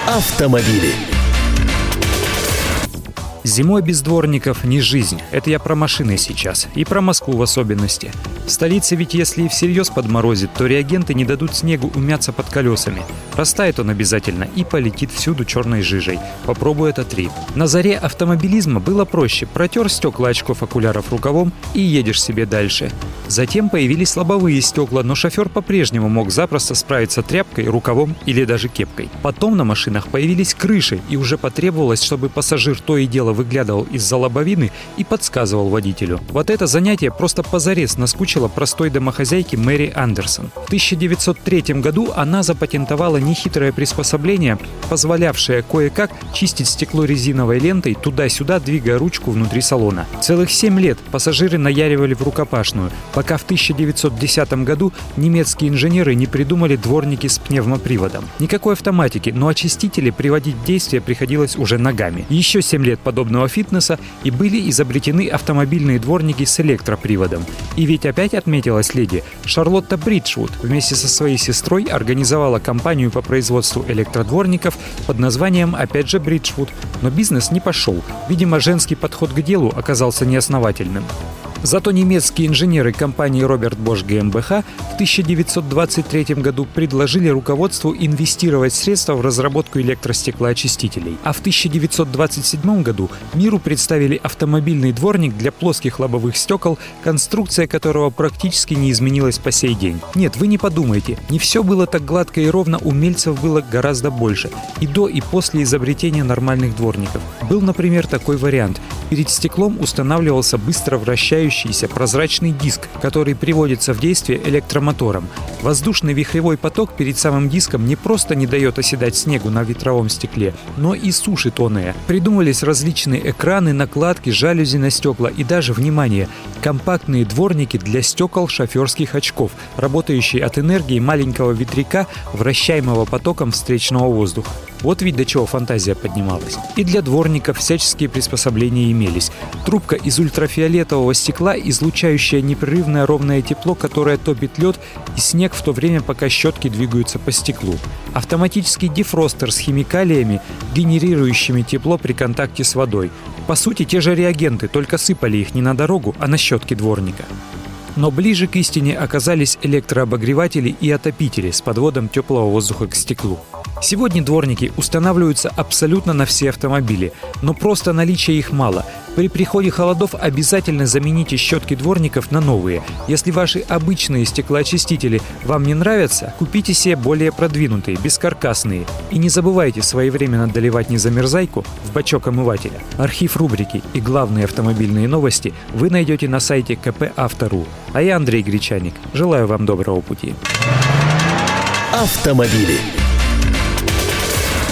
Автомобили. Зимой без дворников не жизнь. Это я про машины сейчас. И про Москву в особенности. В столице ведь если и всерьез подморозит, то реагенты не дадут снегу умяться под колесами. Растает он обязательно и полетит всюду черной жижей. Попробуй ототри. На заре автомобилизма было проще. Протер стекла очков окуляров рукавом и едешь себе дальше. Затем появились лобовые стекла, но шофер по-прежнему мог запросто справиться тряпкой, рукавом или даже кепкой. Потом на машинах появились крыши, и уже потребовалось, чтобы пассажир то и дело выглядывал из-за лобовины и подсказывал водителю. Вот это занятие просто позарез наскучило простой домохозяйке Мэри Андерсон. В 1903 году она запатентовала нехитрое приспособление, позволявшее кое-как чистить стекло резиновой лентой, туда-сюда двигая ручку внутри салона. Целых 7 лет пассажиры наяривали в рукопашную, пока в 1910 году немецкие инженеры не придумали дворники с пневмоприводом. Никакой автоматики, но очистители приводить в действие приходилось уже ногами. Еще 7 лет подобного фитнеса, и были изобретены автомобильные дворники с электроприводом. И ведь опять отметилась леди, Шарлотта Бриджвуд вместе со своей сестрой организовала компанию по производству электродворников под названием опять же Бриджвуд. Но бизнес не пошел. Видимо, женский подход к делу оказался неосновательным. Зато немецкие инженеры компании Роберт Бош GmbH в 1923 году предложили руководству инвестировать средства в разработку электростеклоочистителей. А в 1927 году миру представили автомобильный дворник для плоских лобовых стекол, конструкция которого практически не изменилась по сей день. Нет, вы не подумайте, не все было так гладко и ровно, умельцев было гораздо больше. И до, и после изобретения нормальных дворников. Был, например, такой вариант. Перед стеклом устанавливался быстро вращающийся прозрачный диск, который приводится в действие электромотором. Воздушный вихревой поток перед самым диском не просто не дает оседать снегу на ветровом стекле, но и сушит оное. Придумались различные экраны, накладки, жалюзи на стекла и даже, внимание, компактные дворники для стекол шоферских очков, работающие от энергии маленького ветряка, вращаемого потоком встречного воздуха. Вот ведь до чего фантазия поднималась. И для дворников всяческие приспособления имелись. Трубка из ультрафиолетового стекла, излучающая непрерывное ровное тепло, которое топит лед и снег в то время, пока щетки двигаются по стеклу. Автоматический дефростер с химикалиями, генерирующими тепло при контакте с водой. По сути, те же реагенты, только сыпали их не на дорогу, а на щетки дворника. Но ближе к истине оказались электрообогреватели и отопители с подводом теплого воздуха к стеклу. Сегодня дворники устанавливаются абсолютно на все автомобили, но просто наличия их мало. При приходе холодов обязательно замените щетки дворников на новые. Если ваши обычные стеклоочистители вам не нравятся, купите себе более продвинутые, бескаркасные. И не забывайте своевременно доливать незамерзайку в бачок омывателя. Архив рубрики и главные автомобильные новости вы найдете на сайте КП-Авто.ру. А я Андрей Гречаник. Желаю вам доброго пути. Автомобили.